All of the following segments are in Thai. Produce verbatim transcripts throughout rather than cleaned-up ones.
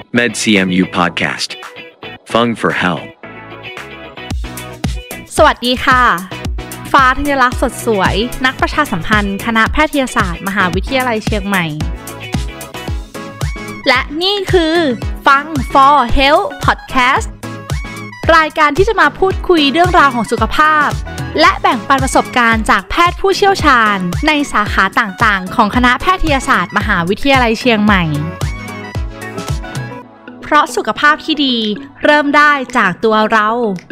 MedCMU Podcast Fung for Hell สวัสดีค่ะฟ้าธัญลักษณ์สดสวยนักประชาสัมพันธ์คณะแพทยศาสตร์มหาวิทยาลัยเชียงใหม่และนี่คือฟัง for Health Podcast รายการที่จะมาพูดคุยเรื่องราวของสุขภาพและแบ่งปันประสบการณ์จากแพทย์ผู้เชี่ยวชาญในสาขาต่างๆของคณะแพทยศาสตร์มหาวิทยาลัยเชียงใหม่เพราะสุขภาพที่ดีเริ่มได้จากตัวเรา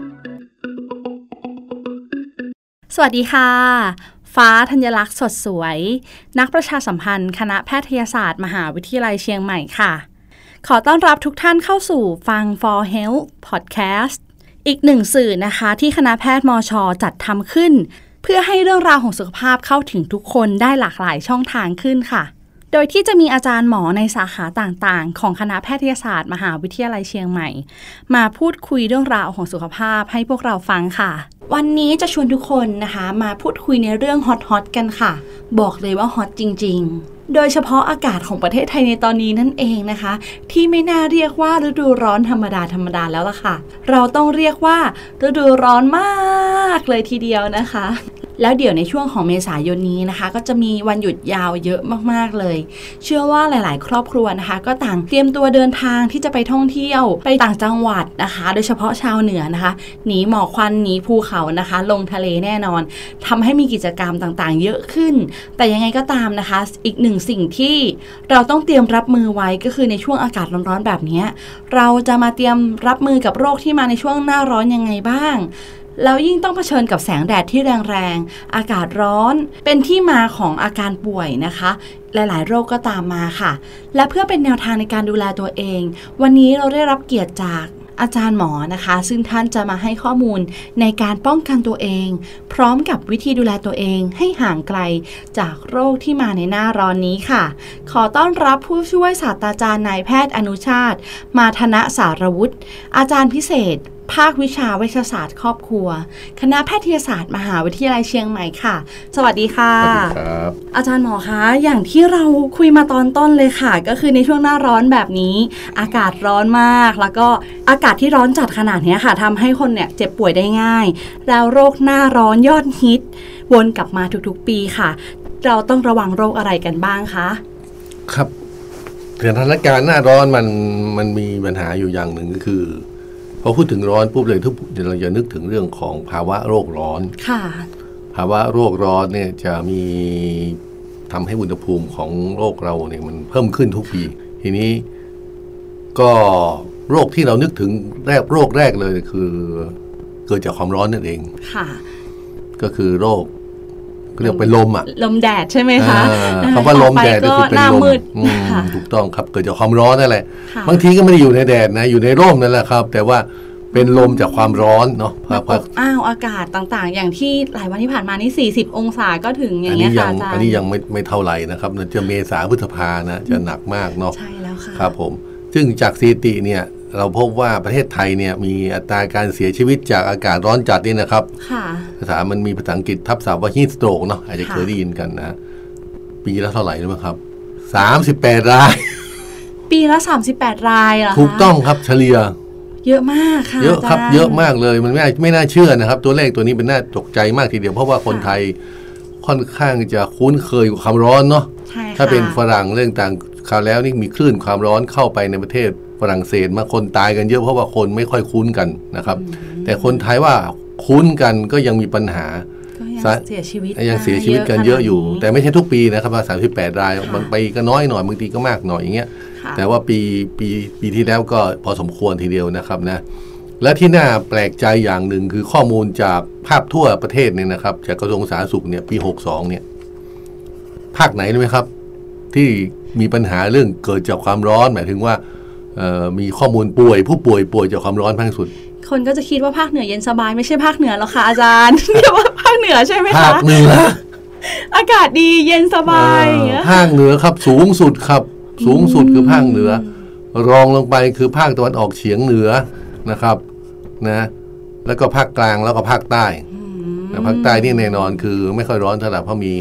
สวัสดีค่ะฟ้าธัญลักษณ์สดสวยนักประชาสัมพันธ์คณะแพทยศาสตร์มหาวิทยาลัยเชียงใหม่ค่ะขอต้อนรับทุกท่านเข้าสู่ฟัง for Health Podcast อีกหนึ่งสื่อนะคะที่คณะแพทย์มช.จัดทำขึ้นเพื่อให้เรื่องราวของสุขภาพเข้าถึงทุกคนได้หลากหลายช่องทางขึ้นค่ะโดยที่จะมีอาจารย์หมอในสาขาต่างๆของคณะแพทยศาสตร์มหาวิทยาลัยเชียงใหม่มาพูดคุยเรื่องราวของสุขภาพให้พวกเราฟังค่ะวันนี้จะชวนทุกคนนะคะมาพูดคุยในเรื่องฮอตๆกันค่ะบอกเลยว่าฮอตจริงๆโดยเฉพาะอากาศของประเทศไทยในตอนนี้นั่นเองนะคะที่ไม่น่าเรียกว่าฤดูร้อนธรรมดาธรรมดาแล้วล่ะค่ะเราต้องเรียกว่าฤดูร้อนมากเลยทีเดียวนะคะแล้วเดี๋ยวในช่วงของเมษายนนี้นะคะก็จะมีวันหยุดยาวเยอะมากๆเลยเชื่อว่าหลายๆครอบครัวนะคะก็ต่างเตรียมตัวเดินทางที่จะไปท่องเที่ยวไปต่างจังหวัดนะคะโดยเฉพาะชาวเหนือนะคะหนีหมอกควันหนีภูเขานะคะลงทะเลแน่นอนทำให้มีกิจกรรมต่างๆเยอะขึ้นแต่ยังไงก็ตามนะคะอีกหนึ่งสิ่งที่เราต้องเตรียมรับมือไว้ก็คือในช่วงอากาศร้อนๆแบบนี้เราจะมาเตรียมรับมือกับโรคที่มาในช่วงหน้าร้อนยังไงบ้างแล้วยิ่งต้องเผชิญกับแสงแดดที่แรงๆอากาศร้อนเป็นที่มาของอาการป่วยนะคะหลายๆโรคก็ตามมาค่ะและเพื่อเป็นแนวทางในการดูแลตัวเองวันนี้เราได้รับเกียรติจากอาจารย์หมอนะคะซึ่งท่านจะมาให้ข้อมูลในการป้องกันตัวเองพร้อมกับวิธีดูแลตัวเองให้ห่างไกลจากโรคที่มาในหน้าร้อนนี้ค่ะขอต้อนรับผู้ช่วยศาสตราจารย์นายแพทย์อนุชาติมาธนสารวุฒิอาจารย์พิเศษภาควิชาเวชศาสตร์ครอบครัวคณะแพทยศาสตร์มหาวิทยาลัยเชียงใหม่ค่ะสวัสดีค่ะสวัสดีครับอาจารย์หมอคะอย่างที่เราคุยมาตอนต้นเลยค่ะก็คือในช่วงหน้าร้อนแบบนี้อากาศร้อนมากแล้วก็อากาศที่ร้อนจัดขนาดนี้ค่ะทำให้คนเนี่ยเจ็บป่วยได้ง่ายแล้วโรคหน้าร้อนยอดฮิตวนกลับมาทุกๆปีค่ะเราต้องระวังโรคอะไรกันบ้างคะครับสถานการณ์หน้าร้อนมันมันมีปัญหาอยู่อย่างหนึ่งก็คือพอพูดถึงร้อนปุ๊บเลยทุกเราจะนึกถึงเรื่องของภาวะโรคร้อนค่ะภาวะโรคร้อนเนี่ยจะมีทำให้อุณหภูมิของโรคเราเนี่ยมันเพิ่มขึ้นทุกปีทีนี้ก็โรคที่เรานึกถึงแรกโรคแรกเลยคือเกิดจากความร้อนนั่นเองค่ะก็คือโรคเรียกเป็นลมอ่ะลมแดดใช่ไหมคะคำว่าลมแดดก็คือเป็นลมถูกต้องครับเกิดจากความร้อนนั่นแหละบางทีก็ไม่ได้อยู่ในแดดนะอยู่ในร่มนั่นแหละครับแต่ว่าเป็นลมจากความร้อนเนาะอบอ้าวอากาศต่างๆอย่างที่หลายวันที่ผ่านมานี่สี่สิบองศาก็ถึงอย่างเงี้ยค่ะอาจารย์อันนี้ยังไม่ไม่เท่าไหร่นะครับจะเมษาพฤษภานะจะหนักมากเนาะใช่แล้วค่ะครับผมซึ่งจากสถิติเนี่ยเราพบว่าประเทศไทยเนี่ยมีอัตราการเสียชีวิตจากอากาศร้อนจัดนี่นะครับภาษามันมีภาษาอังกฤษทับศัพท์ว่า heat stroke เนาะอาจจะเคยได้ยินกันนะปีละเท่าไหร่รู้ไหมครับสามสิบแปดรายปีละสามสิบแปดรายเหรอคะถูกต้องครับเฉลี่ยเยอะมากค่ะเยอะครับเยอะมากเลยมันไม่ไม่น่าเชื่อนะครับตัวเลขตัวนี้เป็นน่าตกใจมากทีเดียวเพราะว่าคนไทยค่อนข้างจะคุ้นเคยกับความร้อนเนาะถ้าเป็นฝรั่งเรื่องต่างคราวแล้วนี่มีคลื่นความร้อนเข้าไปในประเทศฝรั่งเศสมาคนตายกันเยอะเพราะว่าคนไม่ค่อยคุ้นกันนะครับแต่คนไทยว่าคุ้นกันก็ยังมีปัญหาเสียชีวิตยังเสียชีวิตกันเยอะอยู่แต่ไม่ใช่ทุกปีนะครับว่าสามสิบแปดรายบางปีก็น้อยหน่อยบางทีก็มากหน่อยอย่างเงี้ยแต่ว่าปีปีปีที่แล้วก็พอสมควรทีเดียวนะครับนะและที่น่าแปลกใจอย่างหนึ่งคือข้อมูลจากภาพทั่วประเทศเนี่ยนะครับจากกระทรวงสาธารณสุขเนี่ยปีหกสิบสองเนี่ยภาคไหนรู้ไหมครับที่มีปัญหาเรื่องเกิดจากความร้อนหมายถึงว่ามีข้อมูลป่วยผู้ป่วยป่วยจากความร้อนมากที่สุดคนก็จะคิดว่าภาคเหนือเย็นสบายไม่ใช่ภาคเหนือหรอกค่ะอาจารย์เรียกว่าภาคเหนือใช่ไหมคะภาคเหนืออากาศดีเย็นสบายภาคเหนือครับสูงสุดครับสูงสุดคือภาคเหนือรองลงไปคือภาคตะวันออกเฉียงเหนือนะครับนะแล้วก็ภาคกลางแล้วก็ภาคใต้ภาคใต้นี่แน่นอนคือไม่ค่อยร้อนเท่าไหร่เพราะมี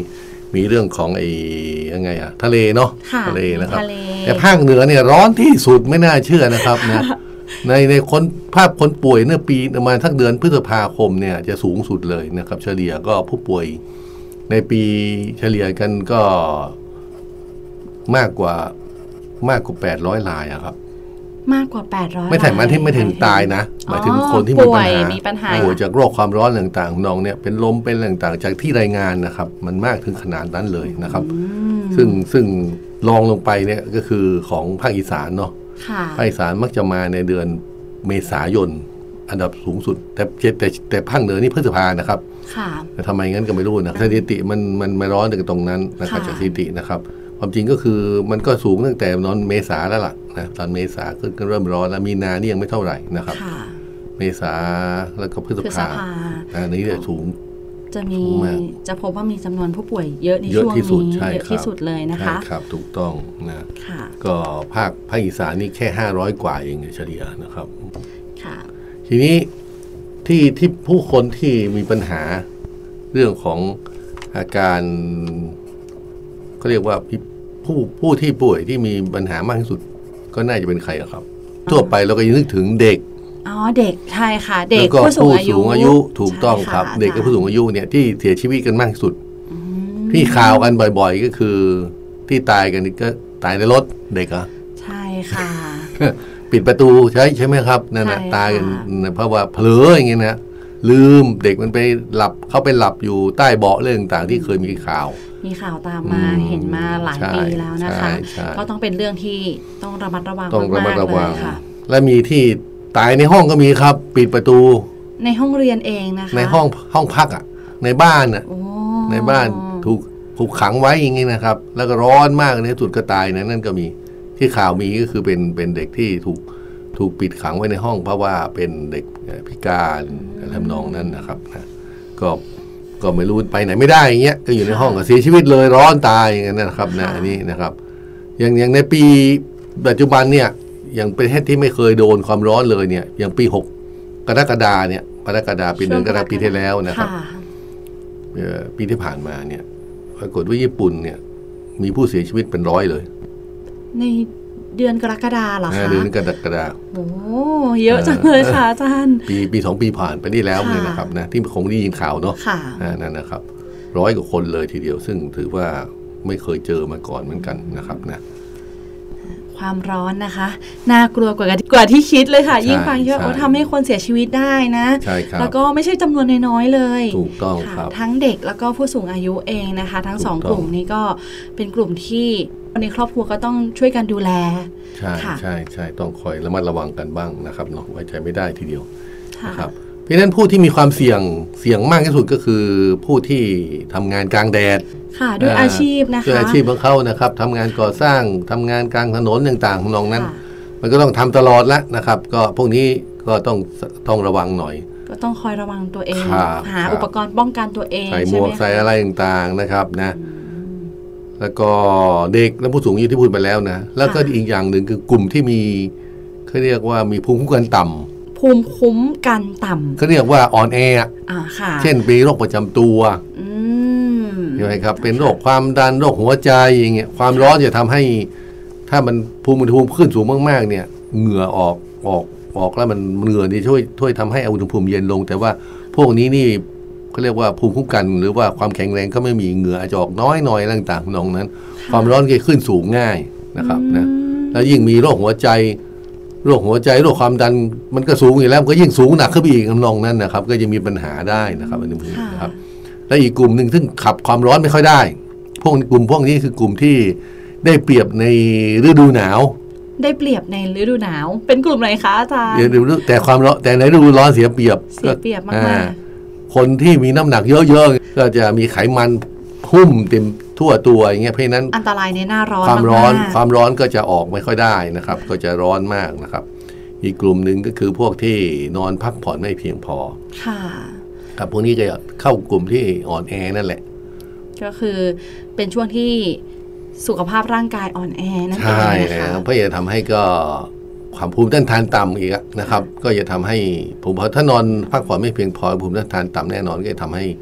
มีเรื่องของไอ้ยังไงอะทะเลเนาะทะเลนะครับทะเลแต่ภาคเหนือเนี่ยร้อนที่สุดไม่น่าเชื่อนะครับนะ ในในคนภาพคนป่วยเมื่อปีประมาณทักเดือนพฤษภาคมเนี่ยจะสูงสุดเลยนะครับเฉลี่ยก็ผู้ป่วยในปีเฉลี่ยกันก็มากกว่ามากกว่าแปดร้อยรายอะครับมากกว่าแปดร้อยไม่ถึงมันที่ไม่ถึงตายนะหมายถึงคนที่มีปัญหาป่วยจากโรคความร้อนต่างๆน้องเนี่ยเป็นลมเป็นต่างๆจากที่รายงานนะครับมันมากถึงขนาดนั้นเลยนะครับซึ่งซึ่งลองลงไปเนี่ยก็คือของภาคอีสานเนาะภาคอีสานมักจะมาในเดือนเมษายนอันดับสูงสุดแต่แต่แต่ภาคเหนือนี่พฤษภานะครับแต่ทำไมงั้นก็ไม่รู้นะสถิติมันมันไม่ร้อนถึงตรงนั้นนะครับจากสถิตินะครับความจริงก็คือมันก็สูงตั้งแต่นอนเมษาแล้วล่ะนะตอนเมษาก็เริ่มร้อนแล้วมีนานี่ยังไม่เท่าไหร่นะครับเมษาแล้วก็พฤษภาอันนี้เนี่ยสูงจะมีจะพบว่ามีจำนวนผู้ป่วยเยอะในช่วงนี้เยอะที่สุดเลยนะคะครับถูกต้องนะก็ภาคภาคอีสานนี่แค่ห้าร้อยกว่าเองเฉลี่ยนะครับทีนี้ที่ที่ผู้คนที่มีปัญหาเรื่องของอาการเขาเรียกว่าผู้ผู้ที่ป่วยที่มีปัญหามากที่สุดก็น่าจะเป็นใครครับทั่วไปเราก็ยังนึกถึงเด็กอ๋อเด็กใช่ค่ะเด็กผู้สูงอายุอายุถูกต้องครับเด็กกับผู้สูงอายุเนี่ยที่เสียชีวิตกันมากที่สุดที่ข่าวกันบ่อยๆก็คือที่ตายกันก็ตายในรถเด็กอ่ะใช่ค่ะปิดประตูใช่ใช่ไหมครับนั่นนะตายกันเพราะว่าเผลออย่างเงี้ยนะลืมเด็กมันไปหลับเขาไปหลับอยู่ใต้เบาะเรื่องต่างที่เคยมีข่าวมีข่าวตามมาเห็นมาหลายปีแล้วนะคะก็ต้องเป็นเรื่องที่ต้องระมัดระวังต้องระมัดระวังค่ะและมีที่ตายในห้องก็มีครับปิดประตูในห้องเรียนเองนะคะในห้องห้องพักอ่ะในบ้านอ่ะในบ้านถูกถูกขังไว้อย่างงี้นะครับแล้วก็ร้อนมากในสุดก็ตายนะนั่นก็มีที่ข่าวมีก็คือเป็นเป็นเด็กที่ถูกถูกปิดขังไว้ในห้องเพราะว่าเป็นเด็กพิการทำนองนั้นนะครับนะก็ก็ไม่รู้ไปไหนไม่ได้อย่างเงี้ยก็อยู่ในห้องก็เสียชีวิตเลยร้อนตายอย่างนั้นนะครับนะอันนี้นะครับอย่างอย่างในปีปัจจุบันเนี่ยอย่างประเทศที่ไม่เคยโดนความร้อนเลยเนี่ยอย่างปีหกกรกฎาเนี่ยกรกฎาปีเดือนกรกฎาปีที่แล้วนะครับปีที่ผ่านมาเนี่ยปรากฏว่าญี่ปุ่นเนี่ยมีผู้เสียชีวิตเป็นร้อยเลยในเดือนกรกฎาเหรอคะเดือนกรกฎาโอ้เยอะจังเลยค่ะอาจารย์ปีปีสองปีผ่านไปนี่แล้วเนี่ยนะครับนะที่คงได้ยินข่าวเนาะนั่นนะครับร้อยกว่าคนเลยทีเดียวซึ่งถือว่าไม่เคยเจอมาก่อนเหมือนกันนะครับนะความร้อนนะคะน่ากลัวกว่ากว่าที่คิดเลยค่ะยิ่งฟังเยอะทำให้คนเสียชีวิตได้นะแล้วก็ไม่ใช่จำนวนน้อยๆเลยถูกต้องครับทั้งเด็กแล้วก็ผู้สูงอายุเองนะคะทั้งสองกลุ่มนี้ก็เป็นกลุ่มที่ในครอบครัวก็ต้องช่วยกันดูแลใช่ใช่ใช่ต้องคอยระมัดระวังกันบ้างนะครับเนาะไว้ใจไม่ได้ทีเดียวนะครับเพราะฉะนั้นผู้ที่มีความเสี่ยงเสี่ยงมากที่สุดก็คือผู้ที่ทำงานกลางแดดค่ะด้วยอาชีพนะคะด้วยอาชีพของเขานะครับทำงานก่อสร้างทำงานกลางถนนต่างๆของน้องนั้นมันก็ต้องทำตลอดละนะครับก็พวกนี้ก็ต้องต้องระวังหน่อยก็ต้องคอยระวังตัวเองหาอุปกรณ์ป้องกันตัวเองใส่หมวกใส่อะไรต่างๆนะครับนะแล้วก็เด็กและผู้สูงอายุที่พูดไปแล้วนะแล้วก็อีกอย่างหนึ่งคือกลุ่มที่มีเขาเรียกว่ามีภูมิคุ้มกันต่ำภูมิคุ้มกันต่ำเขาเรียกว่าอ่อนแออ่าค่ะเช่นมีโรคประจำตัวใช่ไหมครับเป็นโรคความดันโรคหัวใจอย่างเงี้ยความร้อนจะทำให้ถ้ามันภูมิภูมิขึ้นสูงมากๆเนี่ยเหงื่อออกออกออกแล้วมันเหงื่อนี่ช่วยช่วยทำให้อุณหภูมิเย็นลงแต่ว่าพวกนี้นี่เขาเรียกว่าภูมิคุ้มกันหรือว่าความแข็งแรงก็ไม่มีเหงื่ออาจจะออกน้อยหน่อยต่างๆน้องนั้นความร้อนก็ขึ้นสูงง่ายนะครับนะแล้วยิ่งมีโรคหัวใจโรคหัวใจโรคความดันมันก็สูงอยู่แล้วก็ยิ่งสูงหนักขึ้นไปอีกน้องนั้นนะครับก็จะมีปัญหาได้นะครับอันนี้นะครับและอีกกลุ่มหนึ่งซึ่งขับความร้อนไม่ค่อยได้พวกกลุ่มพวกนี้คือกลุ่มที่ได้เปรียบในฤดูหนาวได้เปรียบในฤดูหนาวเป็นกลุ่มไหนคะอาจารย์แต่ความร้อนแต่ในฤดูร้อนเสียเปรียบเสียเปรียบมากๆคนที่มีน้ำหนักเยอะๆก็จะมีไขมันหุ้มเต็มทั่วตัวอย่างเงี้ยเพราะนั้นอันตรายในหน้าร้อนความร้อนความร้อนก็จะออกไม่ค่อยได้นะครับก็จะร้อนมากนะครับอีกกลุ่มหนึ่งก็คือพวกที่นอนพักผ่อนไม่เพียงพอค่ะครับพวกนี้ก็เข้ากลุ่มที่อ่อนแอนั่นแหละก็คือเป็นช่วงที่สุขภาพร่างกายอ่อนแอนั่นเองนะคะใช่เพราะจะทำให้ก็ความภูมิต้านทานต่ำอีกนะครับก็จะทำให้ผมถ้านอนพักผ่อนไม่เพียงพอภูมิต้านทานต่ำแน่นอนก็จะทำให้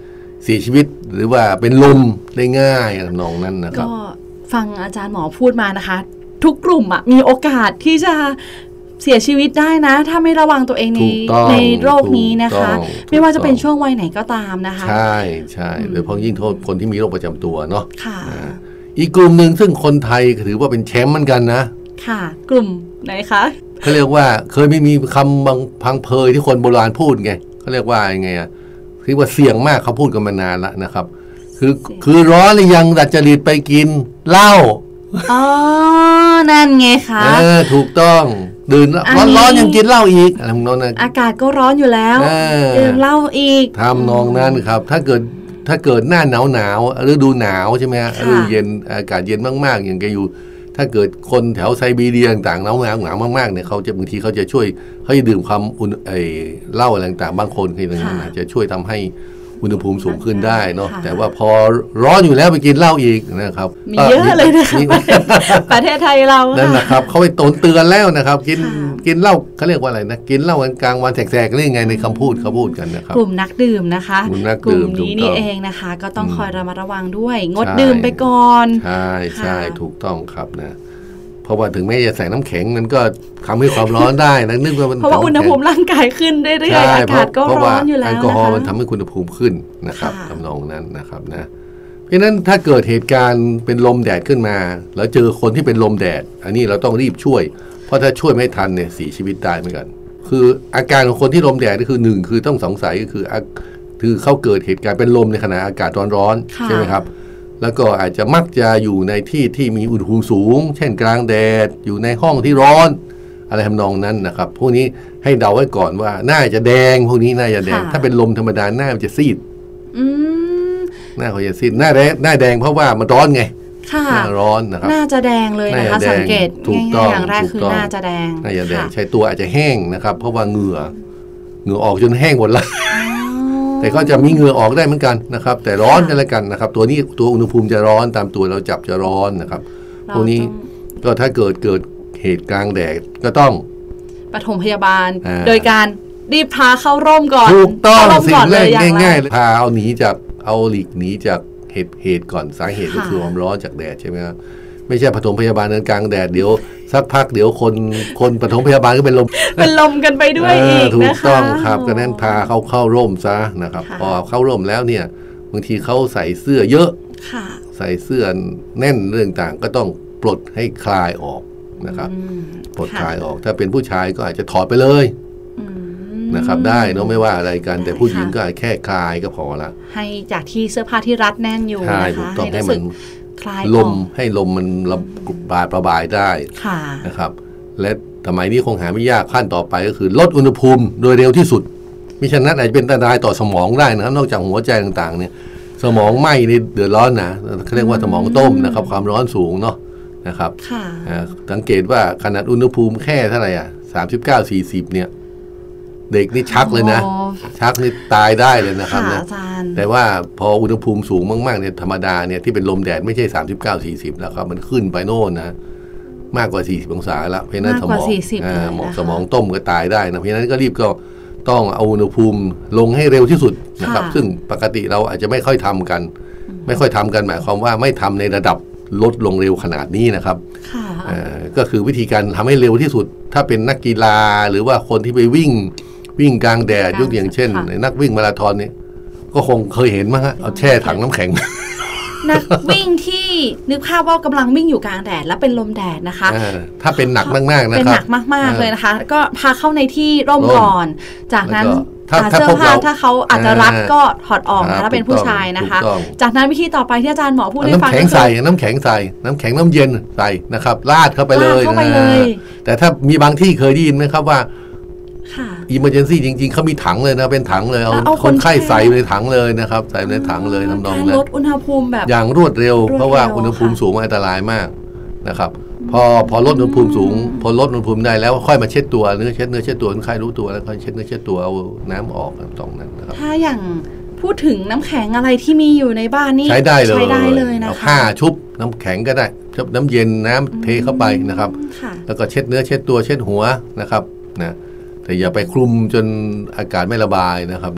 เสียชีวิตหรือว่าเป็นลมได้ง่ายนองนั้นนะครับก็ฟังอาจารย์หมอพูดมานะคะทุกกลุ่มอ่ะมีโอกาสที่จะเสียชีวิตได้นะถ้าไม่ระวังตัวเองในในโรคนี้นะคะไม่ว่าจะเป็นช่วงวัยไหนก็ตามนะคะใช่ใช่โดยเฉพาะยิ่งโทษคนที่มีโรคประจำตัวเนาะค่ะอีกกลุ่มหนึ่งซึ่งคนไทยถือว่าเป็นแชมป์เหมือนกันนะค่ะกลุ่มไหนคะเขาเรียกว่าเคยไม่มีคำบางพังเพยที่คนโบราณพูดไงเขาเรียกว่ายังไงอ่ะคือว่าเสี่ยงมากเขาพูดกันมานานแล้วนะครับคือคือร้อนหรือยังดัดจริตไปกินเหล้าอ๋อนั่นไงคะเออถูกต้องดื่มร้อนๆยังกินเหล้าอีกอะไรพวกนั้นอากาศก็ร้อนอยู่แล้วดื่มเหล้าอีกทำนองนั้นครับถ้าเกิดถ้าเกิดหน้าหนาวหนาวฤดูหนาวใช่ไหมฮะฤดูเย็นอากาศเย็นมากๆอย่างแกอยู่ถ้าเกิดคนแถวไซบีเรียต่างๆหนาวหนาวหนาวมากๆเนี่ยเขาจะบางทีเขาจะช่วยเขาจะดื่มความอุ่นไอเหล้าอะไรต่างๆบางคนคืออย่างนั้นจะช่วยทำให้อุณหภูมิสูงขึ้นได้เนาะแต่ว่าพอร้อนอยู่แล้วไปกินเหล้าอีกนะครับมีเยอะเลยนะคะประเทศไทยเรานั่นแหละครับเขาไปตนเตือนแล้วนะครับกินกินเหล้าเขาเรียกว่าอะไรนะกินเหล้ากลางวันแสกๆนี่ไงในคำพูดเขาพูดกันนะครับกลุ่มนักดื่มนะคะกลุ่มนี้นี่เองนะคะก็ต้องคอยระมัดระวังด้วยงดดื่มไปก่อนใช่ใช่ถูกต้องครับนะเพราะว่าถึงแม้จะใส่น้ำแข็งมันก็ทำให้ความร้อนได้นะนึกว่ามันเพราะว่าอุณหภูมิร่างกายขึ้นเรื่อยๆอากาศก็ร้อนอยู่แล้วนะคะแอลกอฮอล์มันทำให้อุณหภูมิขึ้นนะครับทำนองนั้นนะครับนะเพราะฉะนั้นถ้าเกิดเหตุการณ์เป็นลมแดดขึ้นมาแล้วเจอคนที่เป็นลมแดดอันนี้เราต้องรีบช่วยเพราะถ้าช่วยไม่ทันเนี่ยเสียชีวิตได้เหมือนกันคืออาการของคนที่ลมแดดก็คือหนึ่งคือต้องสงสัยก็คือคือเขาเกิดเหตุการณ์เป็นลมในขณะอากาศร้อนๆใช่ไหมครับแล้วก็อาจจะมักจะอยู่ในที่ที่มีอุณหภูมิสูงเช่นกลางแดดอยู่ในห้องที่ร้อนอะไรทำนองนั้นนะครับพวกนี้ให้เดาไว้ก่อนว่าหน้าจะแดงพวกนี้หน้าจะแดงถ้าเป็นลมธรรมดาหน้ามันจะซีดหน้าเขาจะซีดหน้าแดงหน้าแดงเพราะว่ามันร้อนไงหน้าร้อนนะครับหน้าจะแดงเลยนะคะสังเกตง่ายๆอย่างแรกคือหน้าจะแดงหน้าจะแดงใช้ตัวอาจจะแห้งนะครับเพราะว่าเหงื่อเหงื่อออกจนแห้งหมดละแต่ก็จะมีเหงื่อออกได้เหมือนกันนะครับแต่ร้อนกันแล้วกันนะครับตัวนี้ตัวอุณหภูมิจะร้อนตามตัวเราจับจะร้อนนะครับพวกนี้ก็ถ้าเกิดเกิดเหตุกลางแดดก็ต้องปฐมพยาบาลโดยการรีบพาเข้าร่มก่อนถูกต้องสิ่งแรกง่ายๆพาเอาหนีจากเอาหลีกหนีจากเหตุเหตุก่อนสาเหตุก็คือความร้อนจากแดดใช่ไหมครับไม่ใช่ปฐมพยาบาลเดินกลางแดดเดี๋ยวสักพักเดี๋ยวคนคนปฐมพยาบาลก็เป็นลมเป็นลมกันไปด้วยอีกนะคะถูกต้องครับก็นั้นพาเขาเข้าร่มซะนะครับพอเข้าร่มแล้วเนี่ยบางทีเขาใส่เสื้อเยอะใส่เสื้อแน่นเรื่องต่างก็ต้องปลดให้คลายออกนะครับปลดคลายออกถ้าเป็นผู้ชายก็อาจจะถอดไปเลยนะครับได้เนาะไม่ว่าอะไรกันแต่ผู้หญิงก็แค่คลายก็พอละให้จากที่เสื้อผ้าที่รัดแน่นอยู่นะคะให้รู้สึกลมให้ลมมันระบายระบายได้นะครับและสมัยนี้คงหาไม่ยากขั้นต่อไปก็คือลดอุณหภูมิโดยเร็วที่สุดมิฉะนั้นอาจจะเป็นอันตรายต่อสมองได้นะครับนอกจากหัวใจต่างๆเนี่ยสมองไหม้นี่เดือดร้อนนะเขาเรียกว่าสมองต้มนะครับความร้อนสูงเนาะนะครับสังเกตว่าขนาดอุณหภูมิแค่เท่าไหร่อ่ะสามสิบเก้า สี่สิบเนี่ยเด็กนี่ชักเลยนะชักนี่ตายได้เลยนะครับนะแต่ว่าพออุณหภูมิสูงมากๆเนี่ยธรรมดาเนี่ยที่เป็นลมแดดไม่ใช่สามสิบเก้า สี่สิบแล้วครับมันขึ้นไปโน่นนะมากกว่าสี่สิบองศาแล้วเพราะนั้นสมองหมองสมองต้มก็ตายได้นะเพราะนั้นก็รีบก็ต้องเอาอุณหภูมิลงให้เร็วที่สุดนะครับซึ่งปกติเราอาจจะไม่ค่อยทำกันไม่ค่อยทำกันหมายความว่าไม่ทำในระดับลดลงเร็วขนาดนี้นะครับก็คือวิธีการทำให้เร็วที่สุดถ้าเป็นนักกีฬาหรือว่าคนที่ไปวิ่งวิ่งกลางแดดยกอย่างเช่นนักวิ่งมาราธอนเนี่ยก็คงเคยเห็นมั้งฮะเอาแช่ถังน้ำแข็งนักวิ่งที่นึกภาพว่ากำลังวิ่งอยู่กลางแดดแล้วเป็นลมแดดนะคะถ้าเป็นหนักมากๆนะครับเป็นหนักมากๆเลยนะคะก็พาเข้าในที่ร่มก่อนจากนั้นเสื้อผ้าถ้าเขาอาจจะรัดก็ถอดออกนะถ้าเป็นผู้ชายนะคะจากนั้นวิธีต่อไปที่อาจารย์หมอพูดให้ฟังน้ำแข็งใส่น้ำแข็งใส่น้ำแข็งน้ำเย็นใส่นะครับราดเข้าไปเลยแต่ถ้ามีบางที่เคยได้ยินไหมครับว่าอิมเมอร์เจนซี่จริงๆเขามีถังเลยนะเป็นถังเลยเอาคนไข้ใส่ในถังเลยนะครับใส่ในถังเลยน้ำนองนะลดอุณหภูมิแบบอย่างรวดเร็วเพราะว่าอุณหภูมิสูงอันตรายมากนะครับพอพอลดอุณหภูมิสูงพอลดอุณหภูมิได้แล้วค่อยมาเช็ดตัวเนื้อเช็ดเนื้อเช็ดตัวคนไข้รู้ตัวแล้วค่อยเช็ดเนื้อเช็ดตัวเอาน้ำออกตรงนั้นนะครับถ้าอย่างพูดถึงน้ำแข็งอะไรที่มีอยู่ในบ้านนี่ใช้ได้เลยใช้ได้เลยนะคะผ้าชุบน้ำแข็งก็ได้ชุบน้ำเย็นน้ำเทเข้าไปนะครับแล้วก็เช็ดเนื้อเช็ดตัวเช็ดหัวนะครับนะแต่อย่าไปคลุมจนอากาศไม่ระบายนะครับนะ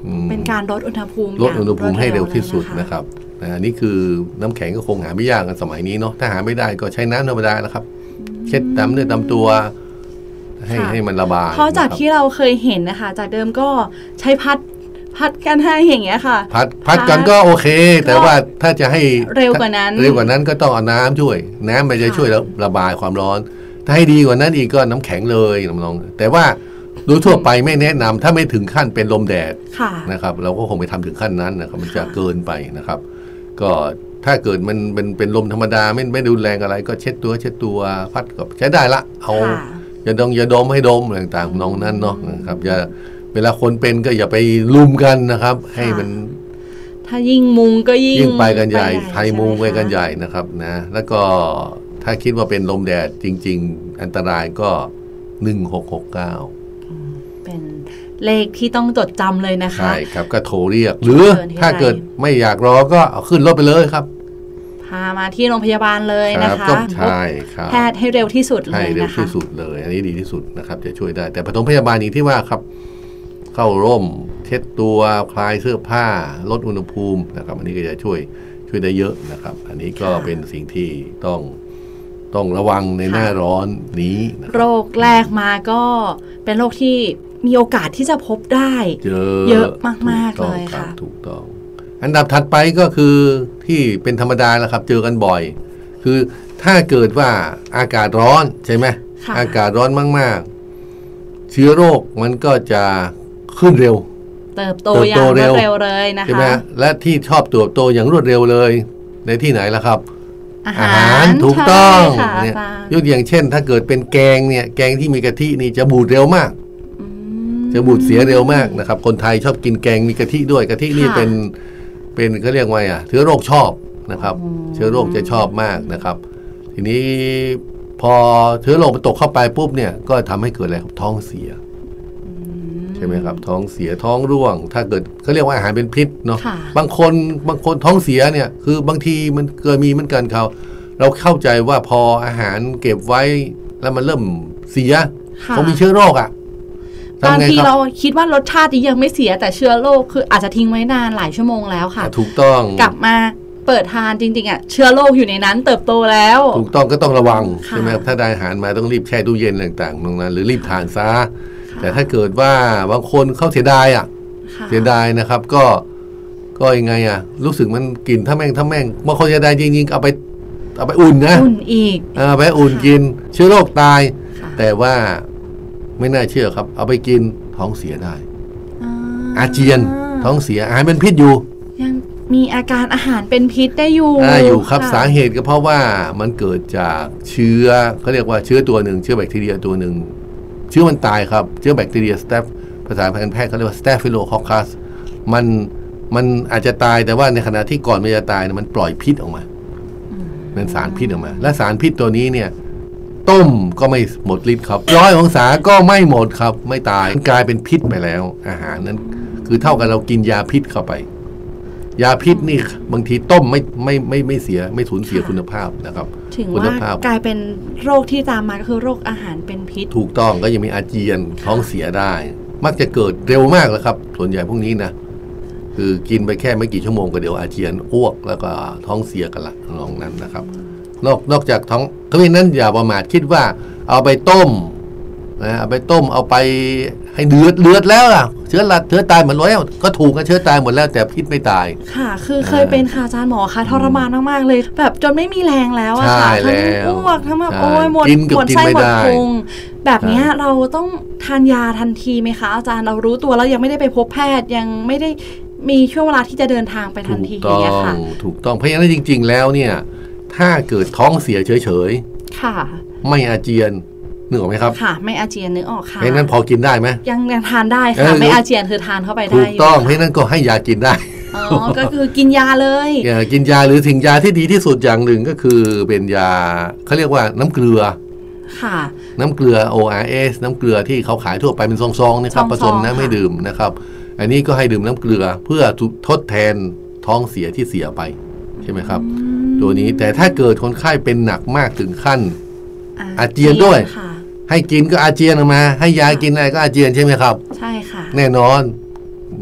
เป็นการลดอุณหภูมิลดอุณหภูมิให้เร็วที่สุดนะครับอันนี้คือน้ำแข็งก็คงหาไม่ยากกันสมัยนี้เนาะถ้าหาไม่ได้ก็ใช้น้ำธรรมดาแล้วครับเช็ดตามเนื้อตามตัวให้ให้มันระบายเพราะจากที่เราเคยเห็นนะคะจากเดิมก็ใช้พัดพัดกันให้อย่างเงี้ยค่ะพัดพัดกันก็โอเคแต่ว่าถ้าจะให้เร็วกว่านั้นเร็วกว่านั้นก็ต้องเอาน้ำช่วยน้ำมันจะช่วยระบายความร้อนถ้าให้ดีกว่านั้นอีกก็น้ำแข็งเลยน้องๆแต่ว่าโดยทั่วไปไม่แนะนำถ้าไม่ถึงขั้นเป็นลมแดดนะครับเราก็คงไปทำถึงขั้นนั้นนะครับมันจะเกินไปนะครับก็ถ้าเกิดมันเป็นเป็นลมธรรมดาไม่ไม่รุนแรงอะไรก็เช็ดตัวเช็ดตัวพัดก็ใช้ได้ละเอาอย่าดมอย่าดมให้ดมอะไรต่างๆน้องนั้นเนาะนะครับอย่าเวลาคนเป็นก็อย่าไปลุมกันนะครับให้มันถ้ายิ่งมุงก็ยิ่งยิ่งไปกันใหญ่ไทยมุงไปกันใหญ่นะครับนะแล้วก็ถ้าคิดว่าเป็นลมแดดจริงๆอันตรายก็หนึ่งหกหกเก้าเป็นเลขที่ต้องจดจำเลยนะคะใช่ครับก็โทรเรียกหรือถ้าเกิดไม่อยากรอก็เอาขึ้นรถไปเลยครับพามาที่โรงพยาบาลเลยนะคะใช่ครับแพทย์ให้เร็วที่สุดเลยนะคะให้เร็วที่สุดเลยอันนี้ดีที่สุดนะครับจะช่วยได้แต่ปฐมพยาบาลอย่างที่ว่าครับเข้าร่มเช็ดตัวคลายเสื้อผ้าลดอุณหภูมินะครับอันนี้ก็จะช่วยช่วยได้เยอะนะครับอันนี้ก็เป็นสิ่งที่ต้องต้องระวังในหน้าร้อนนี้โรคแรกมาก็เป็นโรคที่มีโอกาสที่จะพบได้เยอะเยอะมากๆเลยค่ะถูกต้องอันดับถัดไปก็คือที่เป็นธรรมดาแล้วครับเจอกันบ่อยคือถ้าเกิดว่าอากาศร้อนใช่ไหมอากาศร้อนมากๆเชื้อโรคมันก็จะขึ้นเร็วเติบโตอย่างรวดเร็วเลยนะคะใช่ไหมและที่ชอบเติบโตอย่างรวดเร็วเลยในที่ไหนล่ะครับอาหารถูกต้องเนี่ยยกอย่างเช่นถ้าเกิดเป็นแกงเนี่ยแกงที่มีกะทินี่จะบูดเร็วมากจะบูดเสียเร็วมากนะครับคนไทยชอบกินแกงมีกะทิด้วยกะทินี่เป็นเป็นเขาเรียกว่าอ่ะเชื้อโรคชอบนะครับเชื้อโรคจะชอบมากนะครับทีนี้พอเชื้อโรคมันตกเข้าไปปุ๊บเนี่ยก็ทำให้เกิดอะไรครับท้องเสียใช่ไหมครับท้องเสียท้องร่วงถ้าเกิดเขาเรียกว่าอาหารเป็นพิษเนาะบางคนบางคนท้องเสียเนี่ยคือบางทีมันเกิดมีเหมือนกันเขาเราเข้าใจว่าพออาหารเก็บไว้แล้วมันเริ่มเสียคงมีเชื้อโรคอ่ะบางทีเราคิดว่ารสชาตินี้ยังไม่เสียแต่เชื้อโรคคืออาจจะทิ้งไว้นานหลายชั่วโมงแล้วค่ะถูกต้องกลับมาเปิดทานจริงๆอ่ะเชื้อโรคอยู่ในนั้นเติบโตแล้วถูกต้องก็ต้องระวังใช่ไหมถ้าได้อาหารมาต้องรีบแช่ตู้เย็นต่างๆตรงนั้นหรือรีบทานซะแต่ถ้าเกิดว่าบางคนเขาเสียดายอ่ะเสียดายนะครับก็ก็ยังไงอ่ะรู้สึกมันกลิ่นถ้าแม่งถ้าแม่งบางคนเสียดายจริงๆเอาไปเอาไปอุ่นนะอุ่นอีกเอาไปอุ่นกินเชื้อโรคตายแต่ว่าไม่น่าเชื่อครับเอาไปกินท้องเสียได้อาเจียนท้องเสียอาหารเป็นพิษอยู่ยังมีอาการอาหารเป็นพิษได้อยู่อ่าอยู่ครับสาเหตุก็เพราะว่ามันเกิดจากเชื้อเขาเรียกว่าเชื้อตัวหนึ่งเชื้อแบคทีเรียตัวหนึ่งเชื้อมันตายครับเชื้อแบคทีเรียสเตฟภาษาการแพทย์เขาเรียกว่า Staphylococcus มันมันอาจจะตายแต่ว่าในขณะที่ก่อนมันจะตายมันปล่อยพิษออกมาเป็นสารพิษออกมาและสารพิษตัวนี้เนี่ยต้มก็ไม่หมดฤทธิ์ครับร้อยองศาก็ไม่หมดครับไม่ตายกลายเป็นพิษไปแล้วอาหารนั้นคือเท่ากับเรากินยาพิษเข้าไปยาพิษนี่บางทีต้มไม่ไม่ไม่ไม่เสียไม่สูญเสียคุณภาพนะครับถึงว่ากลายเป็นโรคที่ตามมาก็คือโรคอาหารเป็นพิษถูกต้องก็ยังมีอาเจียนท้องเสียได้มักจะเกิดเร็วมากแล้วครับส่วนใหญ่พวกนี้นะคือกินไปแค่ไม่กี่ชั่วโมงก็เดี๋ยวอาเจียนอ้วกแล้วก็ท้องเสียกันละลองนั้นนะครับนอกนอกจากท้องเพราะฉะนั้นอย่าประมาทคิดว่าเอาไปต้มนะเอาไปต้มเอาไปให้เดือดเดือดแล้วล่ะเชื้อราเชื้อตายหมดแล้วก็ถูกกันเชื้อตายหมดแล้วแต่พิษไม่ตายค่ะคือเคยเป็นค่ะอาจารย์หมอค่ะทรมานมากๆเลยแบบจนไม่มีแรงแล้วอะค่ะทั้งอ้วกทั้งแบบโอ้ยหมดหมดไส้หมดพุงแบบนี้เราต้องทานยาทันทีไหมคะอาจารย์เรารู้ตัวแล้วยังไม่ได้ไปพบแพทย์ยังไม่ได้มีช่วงเวลาที่จะเดินทางไปทันทีอย่างเงี้ยค่ะถูกต้องเพราะฉะนั้นจริงๆแล้วเนี่ยถ้าเกิดท้องเสียเฉยๆค่ะไม่อาเจียนนึกออกไหมครับค่ะไม่อาเจียนนึกออกค่ะเพราะนั้นพอกินได้ไหมยังยังทานได้ค่ะไม่อาเจียนคือทานเข้าไปได้ถูกต้องเพราะนั้นก็ให้ยากินได้อ๋อก็คือกินยาเลยกินยาหรือสิ่งยาที่ดีที่สุดอย่างหนึ่งก็คือเป็นยาเขาเรียกว่าน้ำเกลือค่ะน้ำเกลือ โอ อาร์ เอส น้ำเกลือที่เขาขายทั่วไปเป็นซองๆนะครับผสมน้ำให้ดื่มนะครับอันนี้ก็ให้ดื่มน้ำเกลือเพื่อทดแทนท้องเสียที่เสียไปใช่ไหมครับตัวนี้แต่ถ้าเกิดคนไข้เป็นหนักมากถึงขั้นอาเจียนด้วยให้กินก็อาเจียนออกมาให้ยากินอะไรก็อาเจียนใช่ไหมครับใช่ค่ะแน่นอน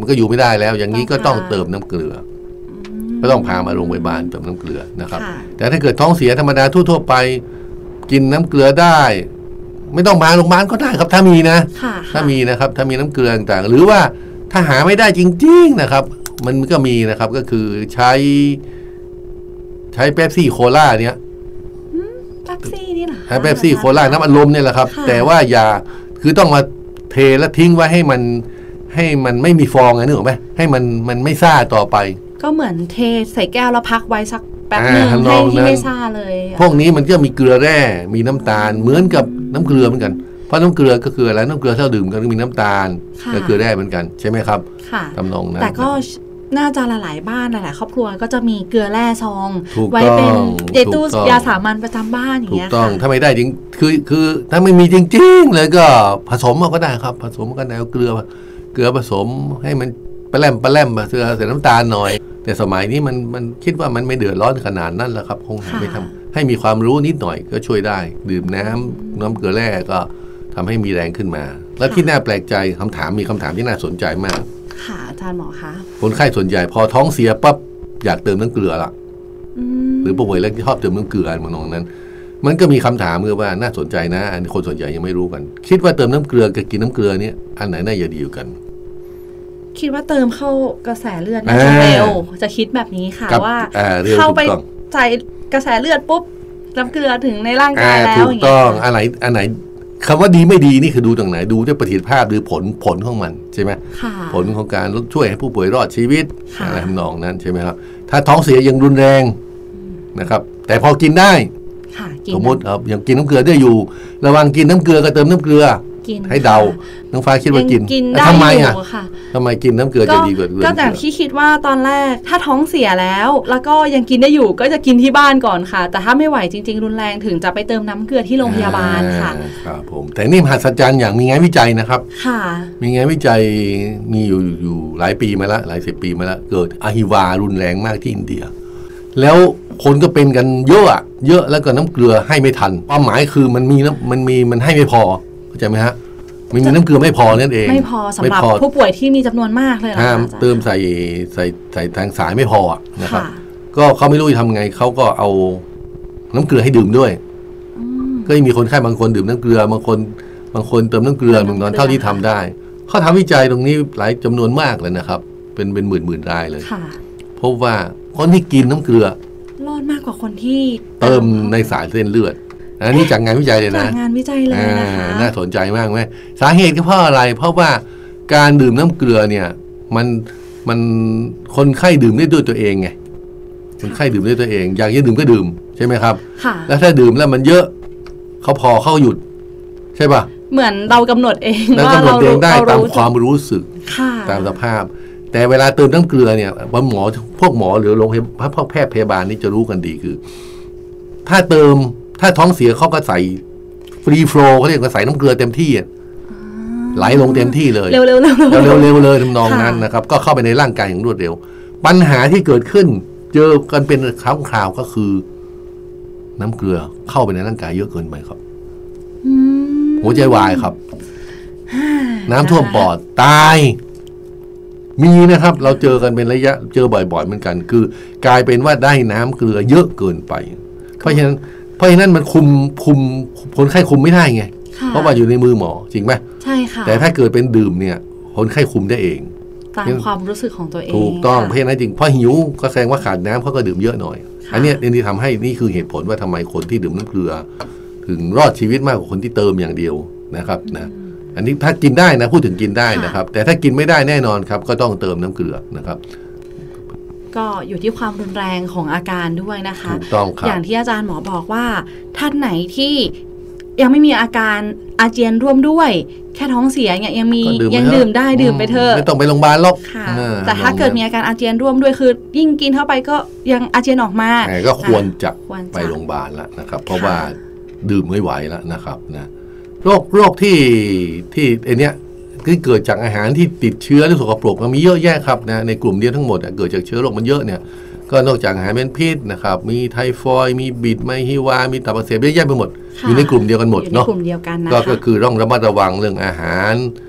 มันก็อยู่ไม่ได้แล้วอย่างนี้ก็ต้องเติมน้ำเกลือก็ต้องพามาโรงพยาบาลเติมน้ำเกลือนะครับแต่ถ้าเกิดท้องเสียธรรมดาทั่วๆไปกินน้ำเกลือได้ไม่ต้องมาโรงพยาบาลก็ได้ครับถ้ามีนะถ้ามีนะครับถ้ามีน้ำเกลือต่างๆหรือว่าถ้าหาไม่ได้จริงๆนะครับมันก็มีนะครับก็คือใช้ใช้เป๊ปซี่โคลาเนี่ยเป๊ปซี่นี่เหรอใช้เป๊ปซี่โคลาน้ำอัดลมเนี่ยแหละครับแต่ว่าอย่าคือต้องมาเทแล้วทิ้งไว้ให้มันให้มันไม่มีฟองไงนึกออกไหมให้มันมันไม่ซ่าต่อไปก็เหมือนเทใส่แก้วแล้วพักไว้สักแป๊บนึงให้ที่ไม่ซ่าเลยพวกนี้มันก็มีเกลือแร่มีน้ำตาลเหมือนกับน้ำเกลือเหมือนกันเพราะน้ำเกลือก็คืออะไรน้ำเกลือถ้าดื่มกันก็มีน้ำตาลก็เกลือแร่เหมือนกันใช่ไหมครับทำนองนั้นแต่ก็น่าจะหลายๆบ้านหลายๆครอบครัวก็จะมีเกลือแร่ซองไว้เป็นในตู้ยาสามัญประจำบ้านอย่างเงี้ยค่ะถูกต้องถ้าไม่ได้จริงคือคือถ้าไม่มีจริงๆเลยก็ผสมก็ได้ครับผสมกันเอาเกลือเกลือผสมให้มันปลาแลมปลาแลมเสือใส่น้ำตาลหน่อยแต่สมัยนี้มันมันคิดว่ามันไม่เดือดร้อนขนาดนั้นแล้วครับคงหาไปทำให้มีความรู้นิดหน่อยก็ช่วยได้ดื่มน้ำน้ำเกลือแร่ก็ทำให้มีแรงขึ้นมาแล้วที่น่าแปลกใจคำถามมีคำถามที่น่าสนใจมากค่ะอาจารย์หมอคะคนไข้ส่วนใหญ่พอท้องเสียปั๊บอยากเติมน้ำเกลือละหรือผู้ป่วยแล้วชอบเติมน้ำเกลืออะไรมองนั้นมันก็มีคำถามคือว่าน่าสนใจนะอันคนส่วนใหญ่ยังไม่รู้กันคิดว่าเติมน้ำเกลือกับกินน้ำเกลือเนี่ยอันไหนน่าจะดีกันคิดว่าเติมเข้ากระแสเลือดน่าจะเร็วจะคิดแบบนี้ค่ะว่าเข้าไปใส่กระแสเลือดปุ๊บน้ำเกลือถึงในร่างกายแล้วอย่างเงี้ยถูกต้องอันไหนอันไหนคำว่าดีไม่ดีนี่คือดูตรงไหนดูด้วยประสิทธิภาพหรือผลผลของมันใช่ไหมผลของการช่วยให้ผู้ป่วยรอดชีวิตอะไรทำนองนั้นใช่ไหมครับถ้าท้องเสียยังรุนแรงนะครับแต่พอกินได้สมมติครับยังกินน้ำเกลือได้อยู่ระวังกินน้ำเกลือกับเติมน้ำเกลือให้เดาน้องฟ้าคิดว่ากินทำไมอ่ะทำไมกินน้ำเกลือจะดีกว่าก็แต่ที่คิดว่าตอนแรกถ้าท้องเสียแล้วแล้วก็ยังกินได้อยู่ก็จะกินที่บ้านก่อนค่ะแต่ถ้าไม่ไหวจริงๆรุนแรงถึงจะไปเติมน้ำเกลือที่โรงพยาบาลค่ะครับผมแต่นี่มหัศจรรย์อย่างมีงานวิจัยนะครับค่ะมีงานวิจัยมีอยู่อยู่หลายปีมาแล้วหลายสิบปีมาแล้วเกิดอะฮิวารุนแรงมากที่อินเดียแล้วคนก็เป็นกันเยอะเยอะแล้วก็น้ำเกลือให้ไม่ทันความหมายคือมันมีน้ำมันมีมันให้ไม่พอเข้าใจไหมฮะมันมีน้ำเกลือไม่พอนั่นเองไม่พอสำหรับผู้ป่วยที่มีจำนวนมากเลยนะเติมใส่ใส่ใส่ทางสายไม่พอนะครับก็เขาไม่รู้จะทำไงเขาก็เอาน้ำเกลือให้ดื่มด้วยก็มีคนไข้บางคนดื่มน้ำเกลือบางคนบางคนเติมน้ำเกลือบางนอนเท่าที่ทำได้เขาทำวิจัยตรงนี้หลายจำนวนมากเลยนะครับเป็นเป็นหมื่นหมื่นรายเลยพบว่าคนที่กินน้ำเกลือรอดมากกว่าคนที่เติมในสายเส้นเลือดอันนี้จากงานวิจัยเลยนะจากงานวิจัยเลยนะคะน่าสนใจมากไหมสาเหตุก็เพราะอะไรเพราะว่าการดื่มน้ำเกลือเนี่ยมันมันคนไข้ดื่มได้ด้วยตัวเองไงคนไข้ดื่มได้ตัวเองอยากจะดื่มก็ดื่มใช่ไหมครับแล้วถ้าดื่มแล้วมันเยอะเขาพอเข้าหยุดใช่ป่ะเหมือนเรากำหนดเองว่าเราเองได้ตามความรู้สึกตามสภาพแต่เวลาเติมน้ำเกลือเนี่ยหมอพวกหมอหรือโรงพยาบาลพวกแพทย์พยาบาลนี่จะรู้กันดีคือถ้าเติมถ้าท้องเสียเขาก็ใส่ฟรีโฟลว์เขาเรียกว่าใส่น้ำเกลือเต็มที่ไหลลงเต็มที่เลยเร็วๆเร็วๆเร็วๆเลยทำนองนั้นนะครับก็เข้าไปในร่างกายอย่างรวดเร็วปัญหาที่เกิดขึ้นเจอกันเป็นครั้งคราวก็คือน้ำเกลือเข้าไปในร่างกายเยอะเกินไปครับหัวใจวายครับน้ำท่วมปอดตายมีนะครับเราเจอกันเป็นระยะเจอบ่อยๆเหมือนกันคือกลายเป็นว่าได้น้ำเกลือเยอะเกินไปเพราะฉะนั้นเพราะฉะนั้นมันคุมคุมคนไข้คุมไม่ได้ไงเพราะว่าอยู่ในมือหมอจริงไหมใช่ค่ะแต่ถ้าเกิดเป็นดื่มเนี่ยคนไข้คุมได้เองตามความรู้สึกของตัวเองถูกต้องเพราะฉะนั้นจริงเพราะหิวก็แสดงว่าขาดน้ำเขาก็ดื่มเยอะหน่อยอันนี้นี่ทำให้นี่คือเหตุผลว่าทำไมคนที่ดื่มน้ำเกลือถึงรอดชีวิตมากกว่าคนที่เติมอย่างเดียวนะครับนะอันนี้ถ้ากินได้นะพูดถึงกินได้นะครับแต่ถ้ากินไม่ได้แน่นอนครับก็ต้องเติมน้ำเกลือนะครับก็อยู่ที่ความรุนแรงของอาการด้วยนะคะถูกต้องครับอย่างที่อาจารย์หมอบอกว่าท่านไหนที่ยังไม่มีอาการอาเจียนร่วมด้วยแค่ท้องเสียเนี่ยยังมียังดื่มได้ดื่มไปเถอะไม่ต้องไปโรงพยาบาลหรอกแต่ถ้าเกิดมีอาการอาเจียนร่วมด้วยคือยิ่งกินเข้าไปก็ยังอาเจียนออกมาก็ควรจะไปโรงพยาบาลแล้วนะครับเพราะว่าดื่มไม่ไหวแล้วนะครับนะโรคโรคที่ที่ไอเนี้ยที่เกิดจากอาหารที่ติดเชื้อหรือสกปรกมันมีเยอะแยะครับนะในกลุ่มเดียวทั้งหมดเกิดจากเชื้อโรคมันเยอะเนี่ยก็นอกจากอาหารเป็นพิษนะครับมีไทฟอยด์มีบิดไมฮิวามีตับอักเสบเยอะแยะไปหมดอยู่ในกลุ่มเดียวกันหมดเนาะก็ก็คือต้องระมัดระวังเรื่องอาหาร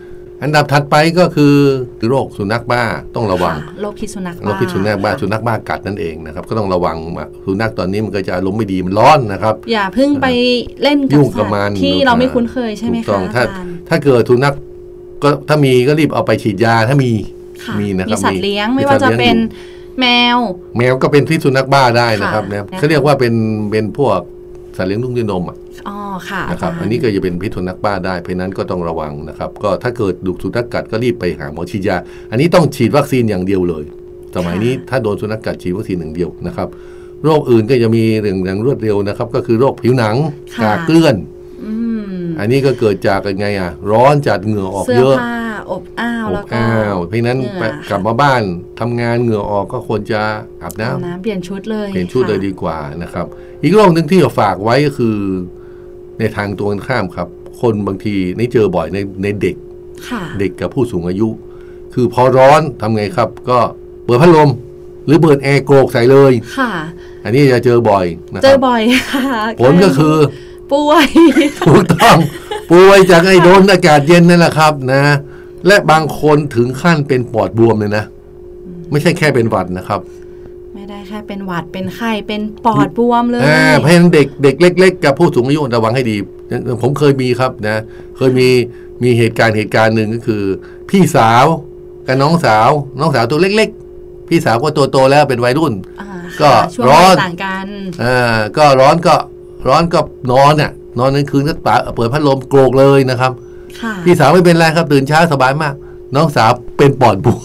อันดับถัดไปก็คือโรคสุนัขบ้าต้องระวังโรคพิษสุนัขบ้าโรคพิษสุนัขบ้าสุนัขบ้ากัดนั่นเองนะครับก็ต้องระวังสุนัขตอนนี้มันก็จะอารมณ์ไม่ดีมันร้อนนะครับอย่าเพิ่งไปเล่นกับสัตว์ที่เราไม่คุ้นเคยใช่ไหมคะถ้าถ้าเกิดสุนัขก็ถ้ามีก็รีบเอาไปฉีดยาถ้ามีมีนะครับมีสัตว์เลี้ยงไม่ว่าจะเป็นแมวแมวก็เป็นพิษสุนัขบ้าได้นะครับเนี่ยเขาเรียกว่าเป็นเป็นพวกสัตว์เลี้ยงลูกด้วยนมอ่ะอ๋อค่ะนะครับอันนี้ก็จะเป็นพิษสุนัขบ้าได้เพราะนั้นก็ต้องระวังนะครับก็ถ้าเกิดดุสุนัขกัดก็รีบไปหาหมอฉีดยาอันนี้ต้องฉีดวัคซีนอย่างเดียวเลยสมัยนี้ถ้าโดนสุนัขกัดฉีดวัคซีนอย่างเดียวนะครับโรคอื่นก็จะมีเรื่องอย่างรวดเร็วนะครับก็คือโรคผิวหนังกากเกลื่อนอันนี้ก็เกิดจากยังไงอ่ะร้อนจัดเหงื่อออกเยอะอบอ้าวแล้วก็เพราะนั้นกลับมาบ้านทำงานเหงื่อออกก็ควรจะอาบน้ำเปลี่ยนชุดเลยเปลี่ยนชุดเลยดีกว่านะครับอีกโรคนึงที่เราฝากไว้ก็คือในทางตรงกันข้ามครับคนบางทีนี่เจอบ่อยในในเด็กเด็กกับผู้สูงอายุคือพอร้อนทำไงครับก็เปิดพัดลมหรือเปิดแอร์โกรกใส่เลยค่ะอันนี้จะเจอบ่อยนะครับเจอบ่อยค่ะผลก็คือป่วยถูกต้องป่วยจากไอ้โดนอากาศเย็นนั่นแหละครับนะและบางคนถึงขั้นเป็นปอดบวมเลยนะไม่ใช่แค่เป็นหวัดนะครับไม่ได้แค่เป็นหวัดเป็นไข้เป็นปอดบวมเลยเพราะฉะนั้นเด็กเด็กเล็กๆกับผู้สูงอายุระวังให้ดีผมเคยมีครับนะเคยมีมีเหตุการณ์เหตุการณ์หนึ่งก็คือพี่สาวกับน้องสาวน้องสาวตัวเล็กๆพี่สาวก็ตัวโตแล้วเป็นวัยรุ่นก็ร้อนต่างกันอ่าก็ร้อนก็ร้อนก็นอนน่ะนอนกลางคืนก็เปิดพัดลมโกรกเลยนะครับพี่สาวไม่เป็นไรครับตื่นเช้าสบายมากน้องสาวเป็นปอดบวม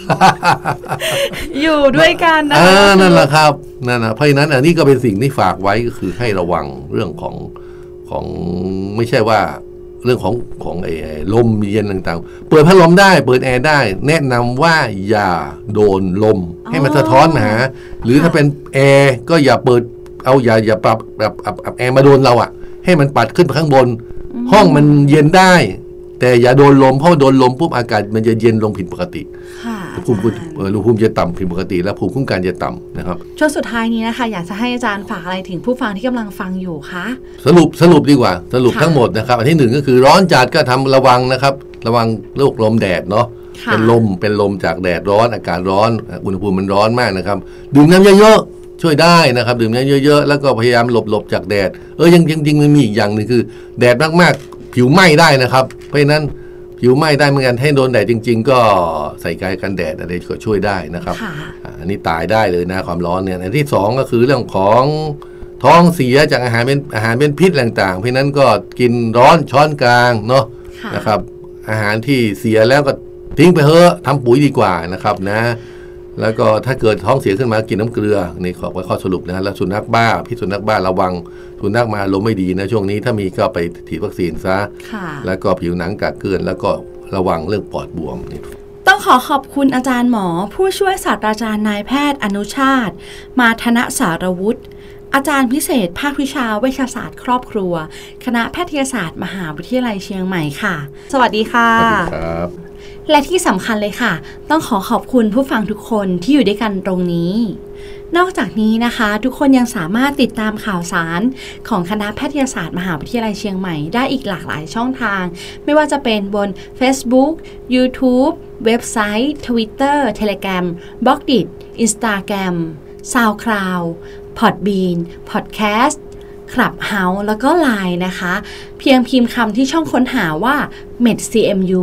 อยู่ด้วยกันนะนั่นแหละครับนั่นนะเพราะฉะนั้นอันนี้ก็เป็นสิ่งที่ฝากไว้ก็คือให้ระวังเรื่องของของไม่ใช่ว่าเรื่องของของไอ้ลมเย็นต่างๆเปิดพัดลมได้เปิดแอร์ได้แนะนำว่าอย่าโดนลมให้มันสะท้อนหาหรือถ้าเป็นแอร์ก็อย่าเปิดเอาอย่าอย่าปรับแบบแอร์มาโดนเราอ่ะให้มันปัดขึ้นไปข้างบนห้องมันเย็นได้แต่อย่าโดนลมเพราะโดนลมปุ๊บอากาศมันจะเย็นลงผิดปกติภูมิเออภูมิจะต่ำผิดปกติและภูมิคุ้มกันจะต่ำนะครับช่วงสุดท้ายนี้นะคะอยากจะให้อาจารย์ฝากอะไรถึงผู้ฟังที่กำลังฟังอยู่คะสรุปสรุปดีกว่าสรุปทั้งหมดนะครับอันที่หนึ่งก็คือร้อนจัดก็ทำระวังนะครับระวังโรคลมแดดเนาะเป็นลมเป็นลมจากแดดร้อนอากาศร้อนอุณหภูมิมันร้อนมากนะครับดื่มน้ำเยอะๆช่วยได้นะครับดื่มน้ำเยอะๆแล้วก็พยายามหลบๆจากแดดเออยังยังยังมันมีอีกอย่างนึงคือแดดมากๆผิวไหม้ได้นะครับเพราะฉะนั้นผิวไหม้ได้เหมือนกันให้โดนแดดจริงๆก็ใส่กายกันแดดอะไรก็ช่วยได้นะครับอันนี้ตายได้เลยนะความร้อนเนี่ยอันที่สองก็คือเรื่องของท้องเสียจากอาหารเป็นอาหารเป็นพิษต่างๆเพราะนั้นก็กินร้อนช้อนกลางเนาะนะครับอาหารที่เสียแล้วก็ทิ้งไปเถอะทำปุ๋ยดีกว่านะครับนะแล้วก็ถ้าเกิดท้องเสียขึ้นมากินน้ำเกลือนี่ขอไว้ข้อสรุปนะแล้วสุนัขบ้าพิษสุนัขบ้าระวังสุนัขมาลมไม่ดีนะช่วงนี้ถ้ามีก็ไปฉีดวัคซีนซะแล้วก็ผิวหนังกากเกลื่อนแล้วก็ระวังเรื่องปอดบวมนี่ต้องขอขอบคุณอาจารย์หมอผู้ช่วยศาสตราจารย์นายแพทย์อนุชาติมาธนสารวุฒิอาจารย์พิเศษภาควิชาเวชศาสตร์ครอบครัวคณะแพทยศาสตร์มหาวิทยาลัยเชียงใหม่ค่ะสวัสดีค่ะสวัสดีครับและที่สำคัญเลยค่ะต้องขอขอบคุณผู้ฟังทุกคนที่อยู่ด้วยกันตรงนี้นอกจากนี้นะคะทุกคนยังสามารถติดตามข่าวสารของคณะแพทยศาสตร์มหาวิทยาลัยเชียงใหม่ได้อีกหลากหลายช่องทางไม่ว่าจะเป็นบน Facebook YouTube เว็บไซต์ Twitter Telegram บล็อกดิท Instagram SoundCloud Podbean Podcast Clubhouse แล้วก็ ไลน์ นะคะเพียงพิมพ์คำที่ช่องค้นหาว่า medcmu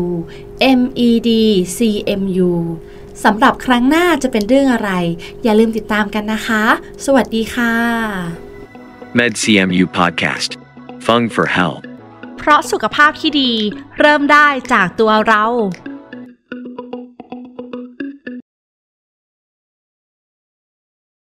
medcmu สำหรับครั้งหน้าจะเป็นเรื่องอะไรอย่าลืมติดตามกันนะคะสวัสดีค่ะ MedCMU Podcast Fung for Health เพราะสุขภาพที่ดีเริ่มได้จากตัวเรา